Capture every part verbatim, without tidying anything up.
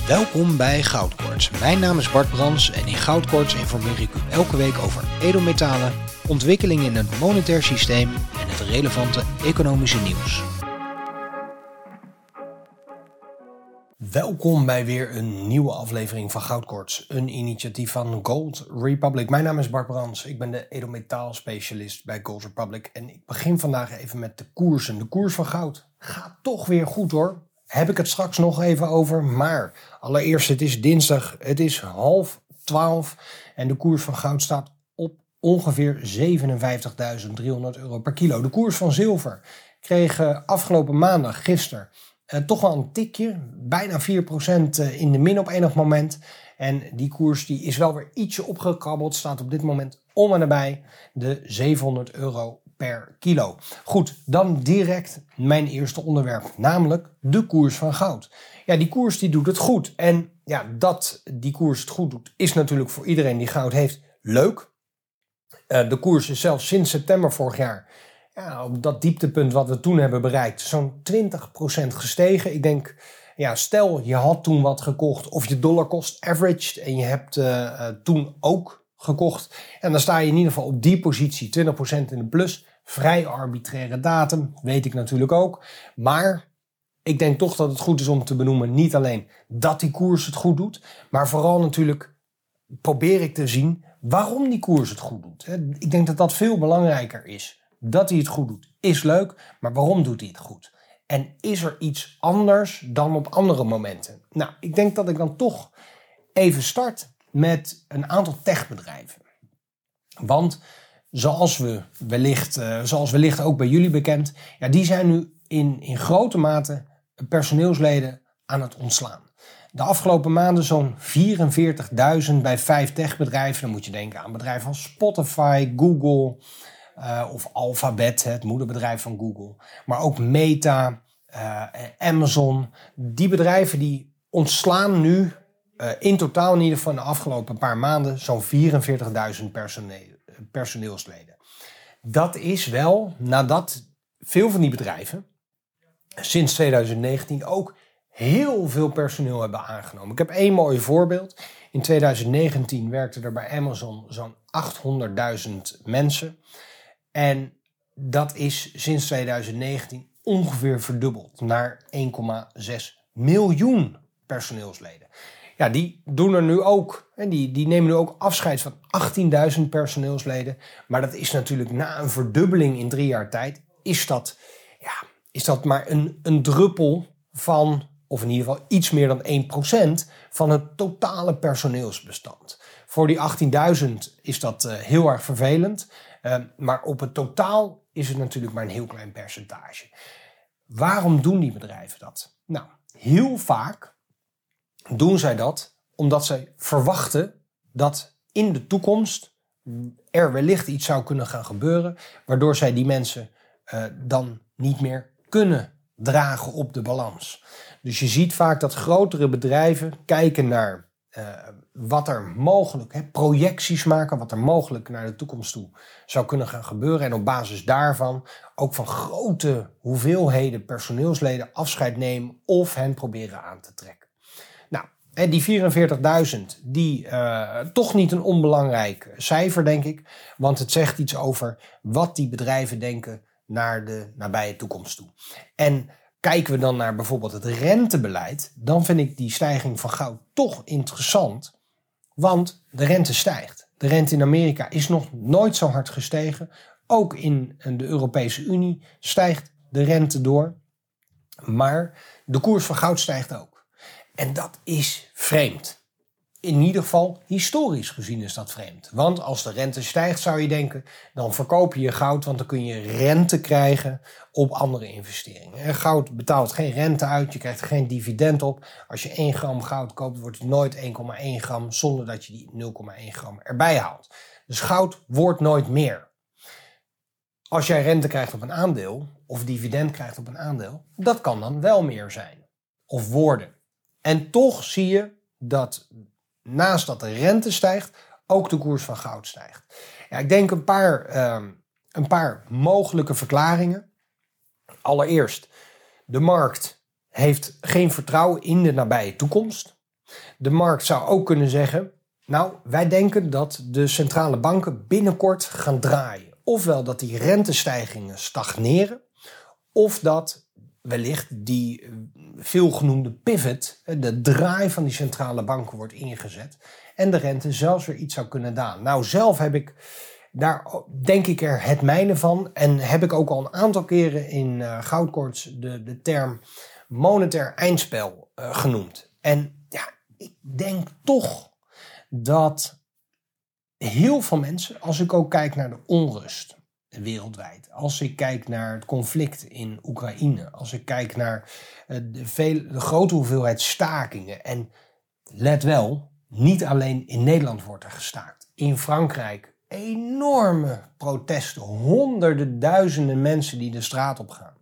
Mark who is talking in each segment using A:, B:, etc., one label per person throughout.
A: Welkom bij Goudkoorts. Mijn naam is Bart Brans en in Goudkoorts informeer ik u elke week over edelmetalen, ontwikkelingen in het monetair systeem en het relevante economische nieuws. Welkom bij weer een nieuwe aflevering van Goudkoorts, een initiatief van Gold Republic. Mijn naam is Bart Brans, ik ben de edelmetaalspecialist bij Gold Republic en ik begin vandaag even met de koersen. De koers van goud gaat toch weer goed hoor. Heb ik het straks nog even over, maar allereerst, het is dinsdag, het is half twaalf en de koers van goud staat op ongeveer zevenenvijftigduizend driehonderd euro per kilo. De koers van zilver kreeg uh, afgelopen maandag, gisteren, uh, toch wel een tikje, bijna vier procent in de min op enig moment. En die koers die is wel weer ietsje opgekrabbeld, staat op dit moment om en nabij de zevenhonderd euro per kilo. Goed, dan direct mijn eerste onderwerp, namelijk de koers van goud. Ja, die koers die doet het goed. En ja, dat die koers het goed doet, is natuurlijk voor iedereen die goud heeft leuk. Uh, de koers is zelfs sinds september vorig jaar, ja, op dat dieptepunt wat we toen hebben bereikt, zo'n twintig procent gestegen. Ik denk, ja, stel je had toen wat gekocht of je dollar cost averaged en je hebt uh, uh, toen ook gekocht. En dan sta je in ieder geval op die positie twintig procent in de plus. Vrij arbitraire datum, weet ik natuurlijk ook. Maar ik denk toch dat het goed is om te benoemen, niet alleen dat die koers het goed doet, maar vooral natuurlijk probeer ik te zien waarom die koers het goed doet. Ik denk dat dat veel belangrijker is. Dat hij het goed doet is leuk, maar waarom doet hij het goed? En is er iets anders dan op andere momenten? Nou, ik denk dat ik dan toch even start met een aantal techbedrijven. Want zoals we wellicht, uh, zoals wellicht ook bij jullie bekend, ja, die zijn nu in, in grote mate personeelsleden aan het ontslaan. De afgelopen maanden zo'n vierenveertigduizend bij vijf techbedrijven. Dan moet je denken aan bedrijven als Spotify, Google uh, of Alphabet, het moederbedrijf van Google. Maar ook Meta, uh, Amazon. Die bedrijven die ontslaan nu uh, in totaal in ieder geval in de afgelopen paar maanden zo'n vierenveertigduizend personeel. personeelsleden. Dat is wel nadat veel van die bedrijven sinds twintig negentien ook heel veel personeel hebben aangenomen. Ik heb één mooi voorbeeld. In twintig negentien werkten er bij Amazon zo'n achthonderdduizend mensen. En dat is sinds twintig negentien ongeveer verdubbeld naar één komma zes miljoen personeelsleden. Ja, die doen er nu ook. En die, die nemen nu ook afscheid van achttienduizend personeelsleden. Maar dat is natuurlijk na een verdubbeling in drie jaar tijd, is dat, ja, is dat maar een, een druppel van, of in ieder geval iets meer dan één procent van het totale personeelsbestand. Voor die achttienduizend is dat uh, heel erg vervelend. Uh, maar op het totaal is het natuurlijk maar een heel klein percentage. Waarom doen die bedrijven dat? Nou, heel vaak doen zij dat omdat zij verwachten dat in de toekomst er wellicht iets zou kunnen gaan gebeuren, waardoor zij die mensen uh, dan niet meer kunnen dragen op de balans. Dus je ziet vaak dat grotere bedrijven kijken naar uh, wat er mogelijk, hè, projecties maken, wat er mogelijk naar de toekomst toe zou kunnen gaan gebeuren. En op basis daarvan ook van grote hoeveelheden personeelsleden afscheid nemen of hen proberen aan te trekken. Nou, die vierenveertigduizend, die uh, toch niet een onbelangrijk cijfer, denk ik. Want het zegt iets over wat die bedrijven denken naar de nabije toekomst toe. En kijken we dan naar bijvoorbeeld het rentebeleid, dan vind ik die stijging van goud toch interessant. Want de rente stijgt. De rente in Amerika is nog nooit zo hard gestegen. Ook in de Europese Unie stijgt de rente door. Maar de koers van goud stijgt ook. En dat is vreemd. In ieder geval, historisch gezien is dat vreemd. Want als de rente stijgt, zou je denken, dan verkoop je je goud, want dan kun je rente krijgen op andere investeringen. En goud betaalt geen rente uit, je krijgt er geen dividend op. Als je één gram goud koopt, wordt het nooit één komma één gram, zonder dat je die nul komma één gram erbij haalt. Dus goud wordt nooit meer. Als jij rente krijgt op een aandeel, of dividend krijgt op een aandeel, dat kan dan wel meer zijn. Of worden. En toch zie je dat naast dat de rente stijgt, ook de koers van goud stijgt. Ja, ik denk een paar, uh, een paar mogelijke verklaringen. Allereerst, de markt heeft geen vertrouwen in de nabije toekomst. De markt zou ook kunnen zeggen, nou, wij denken dat de centrale banken binnenkort gaan draaien. Ofwel dat die rentestijgingen stagneren, of dat wellicht die veelgenoemde pivot, de draai van die centrale banken wordt ingezet en de rente zelfs weer iets zou kunnen dalen. Nou, zelf heb ik daar, denk ik er het mijne van en heb ik ook al een aantal keren in uh, Goudkoorts de, de term monetair eindspel uh, genoemd. En ja, ik denk toch dat heel veel mensen, als ik ook kijk naar de onrust wereldwijd, als ik kijk naar het conflict in Oekraïne, als ik kijk naar de, veel, de grote hoeveelheid stakingen, en let wel, niet alleen in Nederland wordt er gestaakt. In Frankrijk enorme protesten, honderden duizenden mensen die de straat op gaan.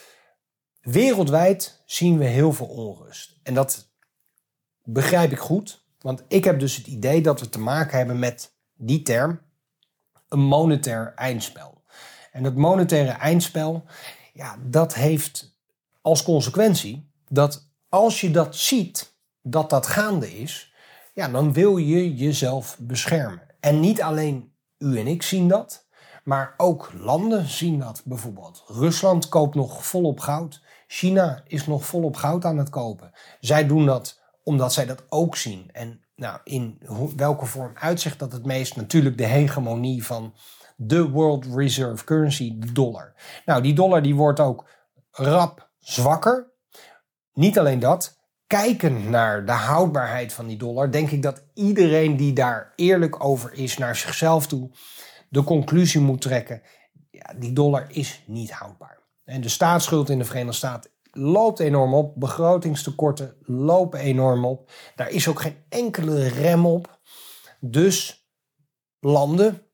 A: Wereldwijd zien we heel veel onrust. En dat begrijp ik goed, want ik heb dus het idee dat we te maken hebben met die term, een monetair eindspel. En dat monetaire eindspel, ja, dat heeft als consequentie dat als je dat ziet, dat dat gaande is, ja, dan wil je jezelf beschermen. En niet alleen u en ik zien dat, maar ook landen zien dat. Bijvoorbeeld Rusland koopt nog volop goud. China is nog volop goud aan het kopen. Zij doen dat omdat zij dat ook zien. En nou, in welke vorm uitzicht dat het meest? Natuurlijk de hegemonie van de World Reserve Currency, de dollar. Nou, die dollar die wordt ook rap zwakker. Niet alleen dat, kijkend naar de houdbaarheid van die dollar, denk ik dat iedereen die daar eerlijk over is naar zichzelf toe de conclusie moet trekken, ja, die dollar is niet houdbaar. En de staatsschuld in de Verenigde Staten loopt enorm op, begrotingstekorten lopen enorm op. Daar is ook geen enkele rem op. Dus landen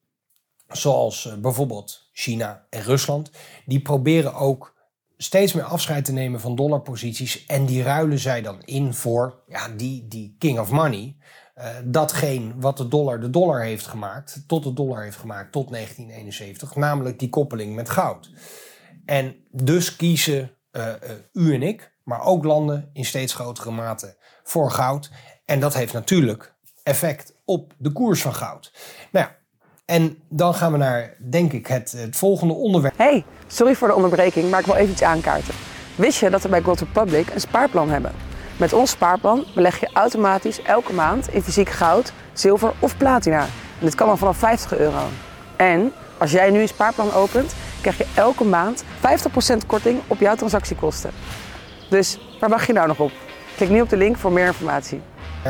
A: zoals bijvoorbeeld China en Rusland, die proberen ook steeds meer afscheid te nemen van dollarposities en die ruilen zij dan in voor ja, die, die king of money. Uh, datgene wat de dollar de dollar heeft gemaakt, tot de dollar heeft gemaakt tot negentien eenenzeventig, namelijk die koppeling met goud. En dus kiezen uh, uh, u en ik, maar ook landen in steeds grotere mate voor goud. En dat heeft natuurlijk effect op de koers van goud. Nou ja, en dan gaan we naar, denk ik, het, het volgende onderwerp.
B: Hey, sorry voor de onderbreking, maar ik wil even iets aankaarten. Wist je dat we bij Gold Republic een spaarplan hebben? Met ons spaarplan beleg je automatisch elke maand in fysiek goud, zilver of platina. En dit kan dan vanaf vijftig euro. En als jij nu een spaarplan opent, krijg je elke maand vijftig procent korting op jouw transactiekosten. Dus waar wacht je nou nog op? Klik nu op de link voor meer informatie.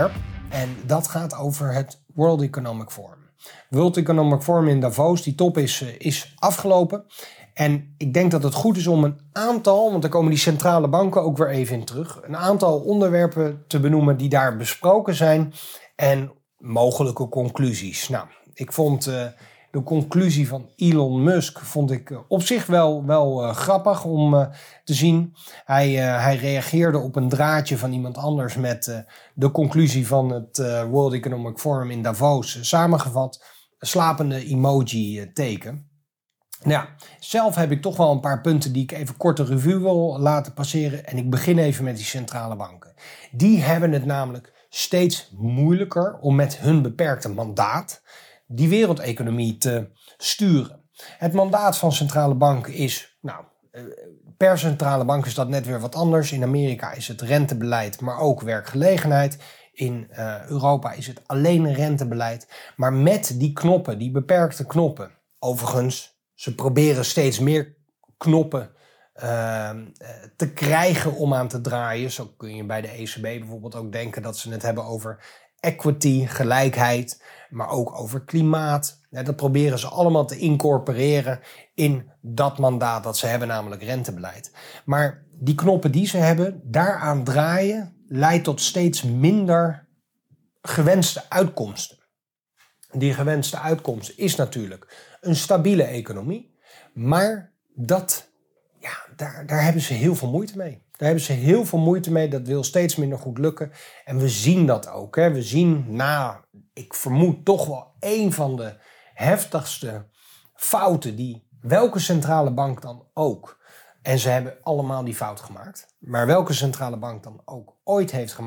A: En dat gaat over het World Economic Forum. World Economic Forum in Davos, die top is, is afgelopen. En ik denk dat het goed is om een aantal, want daar komen die centrale banken ook weer even in terug, een aantal onderwerpen te benoemen die daar besproken zijn en mogelijke conclusies. Nou, ik vond uh, de conclusie van Elon Musk vond ik uh, op zich wel, wel uh, grappig om uh, te zien. Hij, uh, hij reageerde op een draadje van iemand anders met uh, de conclusie van het uh, World Economic Forum in Davos uh, samengevat. Een slapende emoji uh, teken. Nou ja, zelf heb ik toch wel een paar punten die ik even kort de revue wil laten passeren. En ik begin even met die centrale banken. Die hebben het namelijk steeds moeilijker om met hun beperkte mandaat die wereldeconomie te sturen. Het mandaat van centrale banken is, nou, per centrale bank is dat net weer wat anders. In Amerika is het rentebeleid, maar ook werkgelegenheid. In uh, Europa is het alleen rentebeleid. Maar met die knoppen, die beperkte knoppen, overigens, ze proberen steeds meer knoppen uh, te krijgen om aan te draaien. Zo kun je bij de E C B bijvoorbeeld ook denken dat ze het hebben over equity, gelijkheid, maar ook over klimaat. Ja, dat proberen ze allemaal te incorporeren in dat mandaat dat ze hebben, namelijk rentebeleid. Maar die knoppen die ze hebben, daaraan draaien, leidt tot steeds minder gewenste uitkomsten. Die gewenste uitkomst is natuurlijk een stabiele economie, maar dat, ja, daar, daar hebben ze heel veel moeite mee. Daar hebben ze heel veel moeite mee, dat wil steeds minder goed lukken. En we zien dat ook. Hè. We zien na, ik vermoed toch wel een van de heftigste fouten die welke centrale bank dan ook, en ze hebben allemaal die fout gemaakt, maar welke centrale bank dan ook ooit heeft gemaakt,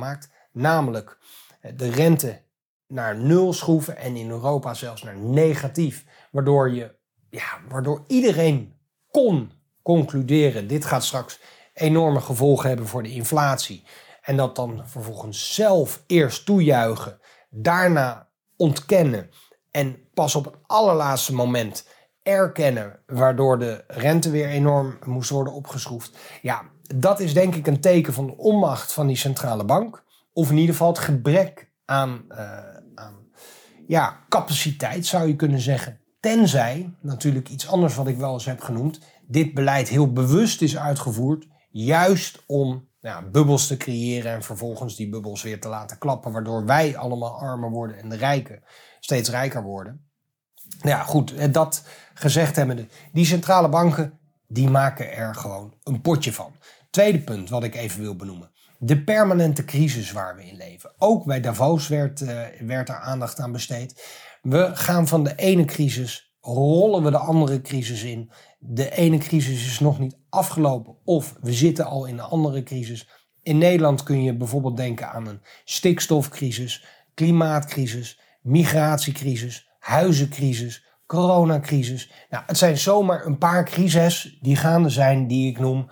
A: namelijk de rente naar nul schroeven en in Europa zelfs naar negatief, waardoor, je, ja, waardoor iedereen kon concluderen, dit gaat straks enorme gevolgen hebben voor de inflatie. En dat dan vervolgens zelf eerst toejuichen, daarna ontkennen en pas op het allerlaatste moment erkennen, waardoor de rente weer enorm moest worden opgeschroefd. Ja, dat is denk ik een teken van de onmacht van die centrale bank. Of in ieder geval het gebrek aan, uh, aan ja, capaciteit, zou je kunnen zeggen. Tenzij, natuurlijk iets anders wat ik wel eens heb genoemd, dit beleid heel bewust is uitgevoerd, juist om ja, bubbels te creëren en vervolgens die bubbels weer te laten klappen, waardoor wij allemaal armer worden en de rijken steeds rijker worden. Ja, goed, dat gezegd hebbende, die centrale banken, die maken er gewoon een potje van. Tweede punt wat ik even wil benoemen. De permanente crisis waar we in leven. Ook bij Davos werd, uh, werd er aandacht aan besteed. We gaan van de ene crisis, rollen we de andere crisis in. De ene crisis is nog niet afgelopen of we zitten al in een andere crisis. In Nederland kun je bijvoorbeeld denken aan een stikstofcrisis, klimaatcrisis, migratiecrisis, huizencrisis, coronacrisis. Nou, het zijn zomaar een paar crises die gaande zijn die ik noem.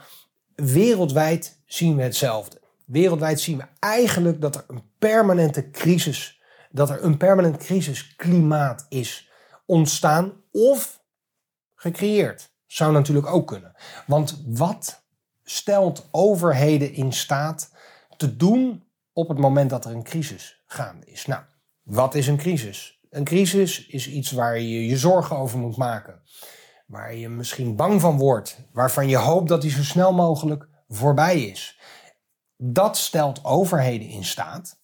A: Wereldwijd zien we hetzelfde. Wereldwijd zien we eigenlijk dat er een permanente crisis, dat er een permanent crisisklimaat is ontstaan of gecreëerd. Zou natuurlijk ook kunnen. Want wat stelt overheden in staat te doen op het moment dat er een crisis gaande is? Nou, wat is een crisis? Een crisis is iets waar je je zorgen over moet maken. Waar je misschien bang van wordt. Waarvan je hoopt dat die zo snel mogelijk voorbij is. Dat stelt overheden in staat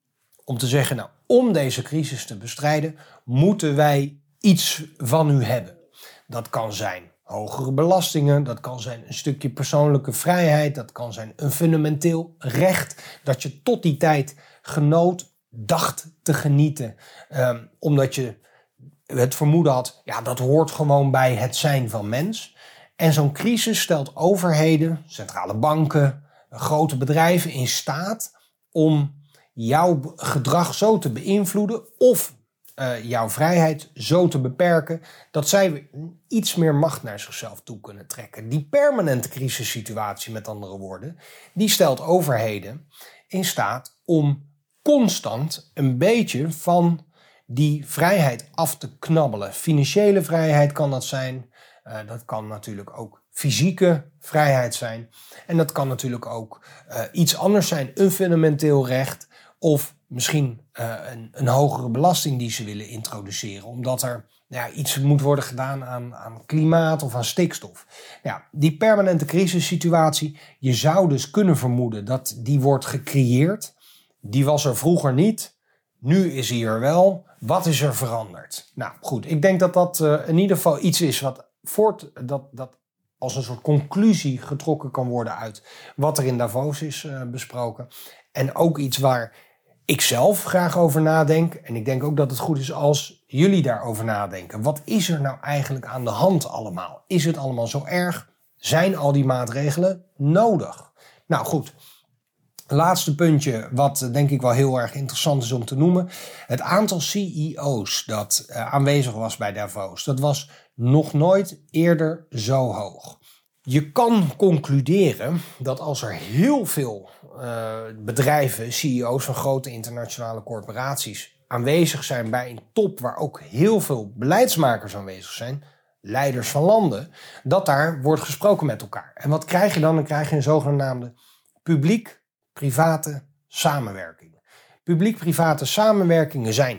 A: om te zeggen, nou, om deze crisis te bestrijden, moeten wij iets van u hebben. Dat kan zijn hogere belastingen, dat kan zijn een stukje persoonlijke vrijheid, dat kan zijn een fundamenteel recht dat je tot die tijd genoot, dacht te genieten. Um, omdat je het vermoeden had, ja, dat hoort gewoon bij het zijn van mens. En zo'n crisis stelt overheden, centrale banken, grote bedrijven in staat om jouw gedrag zo te beïnvloeden of uh, jouw vrijheid zo te beperken dat zij iets meer macht naar zichzelf toe kunnen trekken. Die permanente crisissituatie, met andere woorden, die stelt overheden in staat om constant een beetje van die vrijheid af te knabbelen. Financiële vrijheid kan dat zijn. Uh, dat kan natuurlijk ook fysieke vrijheid zijn. En dat kan natuurlijk ook uh, iets anders zijn. Een fundamenteel recht. Of misschien uh, een, een hogere belasting die ze willen introduceren. Omdat er ja, iets moet worden gedaan aan, aan klimaat of aan stikstof. Ja, die permanente crisissituatie. Je zou dus kunnen vermoeden dat die wordt gecreëerd. Die was er vroeger niet. Nu is hij er wel. Wat is er veranderd? Nou goed, ik denk dat dat uh, in ieder geval iets is wat voort, dat, dat als een soort conclusie getrokken kan worden uit wat er in Davos is uh, besproken. En ook iets waar ik zelf graag over nadenk. En ik denk ook dat het goed is als jullie daarover nadenken. Wat is er nou eigenlijk aan de hand allemaal? Is het allemaal zo erg? Zijn al die maatregelen nodig? Nou goed. Laatste puntje, wat denk ik wel heel erg interessant is om te noemen. Het aantal C E O's dat uh, aanwezig was bij Davos, dat was nog nooit eerder zo hoog. Je kan concluderen dat als er heel veel uh, bedrijven, C E O's van grote internationale corporaties aanwezig zijn bij een top waar ook heel veel beleidsmakers aanwezig zijn, leiders van landen, dat daar wordt gesproken met elkaar. En wat krijg je dan? Dan krijg je een zogenaamde publiek-private samenwerking. Publiek-private samenwerkingen zijn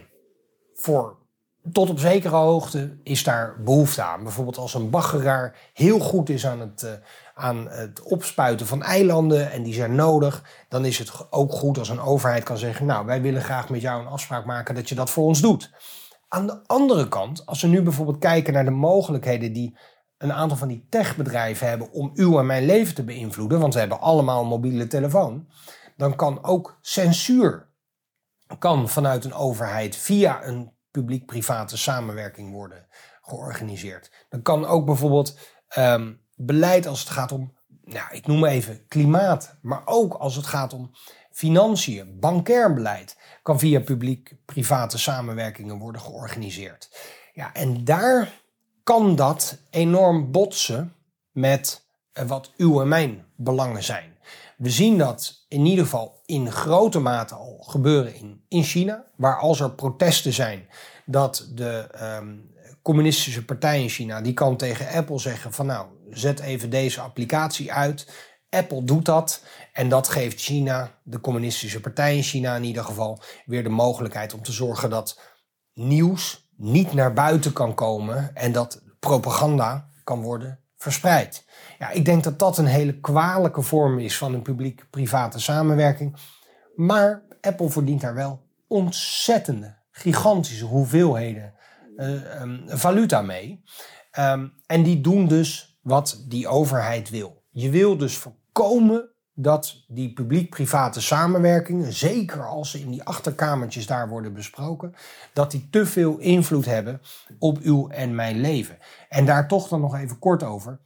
A: voor tot op zekere hoogte is daar behoefte aan. Bijvoorbeeld als een baggeraar heel goed is aan het, uh, aan het opspuiten van eilanden en die zijn nodig, dan is het ook goed als een overheid kan zeggen, nou, wij willen graag met jou een afspraak maken dat je dat voor ons doet. Aan de andere kant, als we nu bijvoorbeeld kijken naar de mogelijkheden die een aantal van die techbedrijven hebben om uw en mijn leven te beïnvloeden, want we hebben allemaal een mobiele telefoon, dan kan ook censuur kan vanuit een overheid via een publiek-private samenwerking worden georganiseerd. Dan kan ook bijvoorbeeld um, beleid als het gaat om, nou, ik noem even klimaat, maar ook als het gaat om Financiën, bankair beleid kan via publiek-private samenwerkingen worden georganiseerd. Ja, en daar kan dat enorm botsen met wat uw en mijn belangen zijn. We zien dat in ieder geval in grote mate al gebeuren in, in China, waar als er protesten zijn, dat de um, communistische partij in China, die kan tegen Apple zeggen van nou, zet even deze applicatie uit. Apple doet dat en dat geeft China, de communistische partij in China in ieder geval, weer de mogelijkheid om te zorgen dat nieuws niet naar buiten kan komen en dat propaganda kan worden verspreid. Ja, ik denk dat dat een hele kwalijke vorm is van een publiek-private samenwerking. Maar Apple verdient daar wel ontzettende, gigantische hoeveelheden uh, um, valuta mee. Um, en die doen dus wat die overheid wil. Je wil dus voorkomen dat die publiek-private samenwerkingen, zeker als ze in die achterkamertjes daar worden besproken, dat die te veel invloed hebben op uw en mijn leven. En daar toch dan nog even kort over.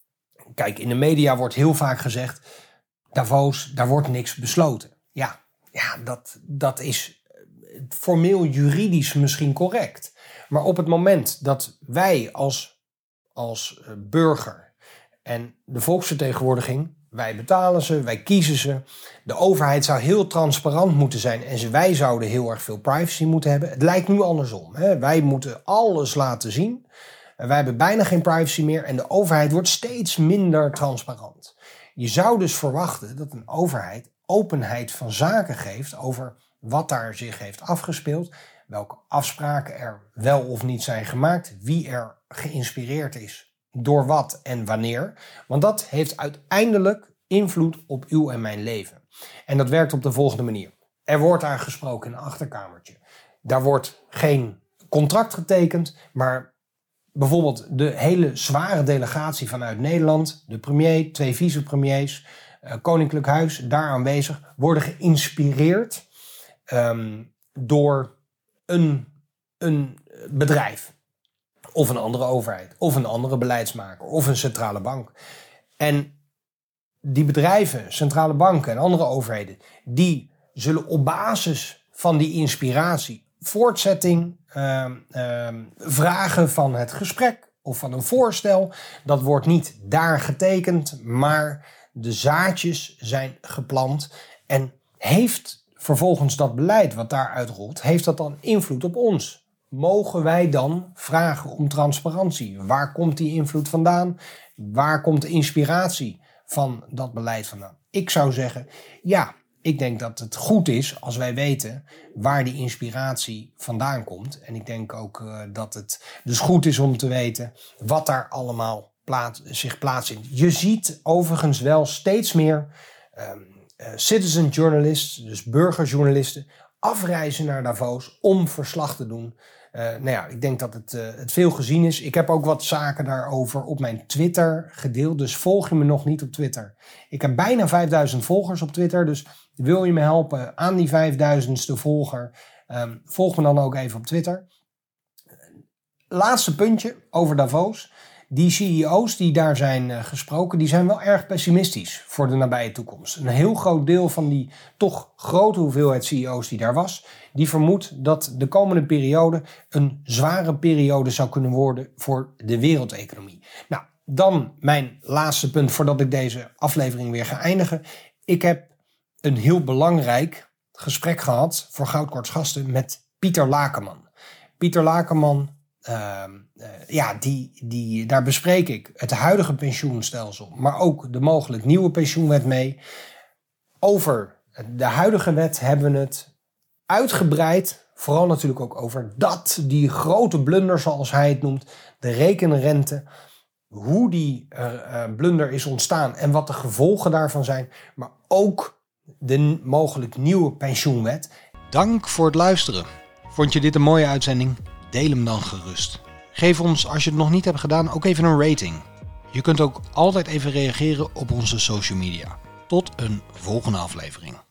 A: Kijk, in de media wordt heel vaak gezegd, Davos, daar wordt niks besloten. Ja, ja dat, dat is formeel juridisch misschien correct. Maar op het moment dat wij als, als burger en de volksvertegenwoordiging, wij betalen ze, wij kiezen ze. De overheid zou heel transparant moeten zijn en wij zouden heel erg veel privacy moeten hebben. Het lijkt nu andersom. Hè? Wij moeten alles laten zien. Wij hebben bijna geen privacy meer en de overheid wordt steeds minder transparant. Je zou dus verwachten dat een overheid openheid van zaken geeft over wat daar zich heeft afgespeeld, welke afspraken er wel of niet zijn gemaakt, wie er geïnspireerd is door wat en wanneer. Want dat heeft uiteindelijk invloed op uw en mijn leven. En dat werkt op de volgende manier. Er wordt daar gesproken in een achterkamertje. Daar wordt geen contract getekend, maar bijvoorbeeld de hele zware delegatie vanuit Nederland, de premier, twee vicepremiers, uh, Koninklijk Huis, daar aanwezig, worden geïnspireerd um, door een, een bedrijf. Of een andere overheid, of een andere beleidsmaker, of een centrale bank. En die bedrijven, centrale banken en andere overheden, die zullen op basis van die inspiratie voortzetting uh, uh, vragen van het gesprek of van een voorstel. Dat wordt niet daar getekend, maar de zaadjes zijn geplant. En heeft vervolgens dat beleid wat daaruit rolt, heeft dat dan invloed op ons? Mogen wij dan vragen om transparantie? Waar komt die invloed vandaan? Waar komt de inspiratie van dat beleid vandaan? Ik zou zeggen, ja, ik denk dat het goed is als wij weten waar die inspiratie vandaan komt. En ik denk ook uh, dat het dus goed is om te weten wat daar allemaal plaats, zich plaatsvindt. Je ziet overigens wel steeds meer um, uh, citizen journalists, dus burgerjournalisten, afreizen naar Davos om verslag te doen. Uh, nou ja, ik denk dat het, uh, het veel gezien is. Ik heb ook wat zaken daarover op mijn Twitter gedeeld. Dus volg je me nog niet op Twitter. Ik heb bijna vijfduizend volgers op Twitter. Dus wil je me helpen aan die vijfduizendste volger? Um, volg me dan ook even op Twitter. Laatste puntje over Davos. Die C E O's die daar zijn uh, gesproken, die zijn wel erg pessimistisch voor de nabije toekomst. Een heel groot deel van die toch grote hoeveelheid C E O's die daar was, die vermoedt dat de komende periode een zware periode zou kunnen worden voor de wereldeconomie. Nou, dan mijn laatste punt voordat ik deze aflevering weer ga eindigen. Ik heb een heel belangrijk gesprek gehad voor Goudkoorts gasten met Pieter Lakenman. Pieter Lakenman, Uh, uh, ja, die, die, daar bespreek ik het huidige pensioenstelsel, maar ook de mogelijk nieuwe pensioenwet mee. Over de huidige wet hebben we het uitgebreid, vooral natuurlijk ook over dat, die grote blunder zoals hij het noemt, de rekenrente, hoe die uh, uh, blunder is ontstaan en wat de gevolgen daarvan zijn, maar ook de mogelijk nieuwe pensioenwet. Dank voor het luisteren. Vond je dit een mooie uitzending? Deel hem dan gerust. Geef ons, als je het nog niet hebt gedaan, ook even een rating. Je kunt ook altijd even reageren op onze social media. Tot een volgende aflevering.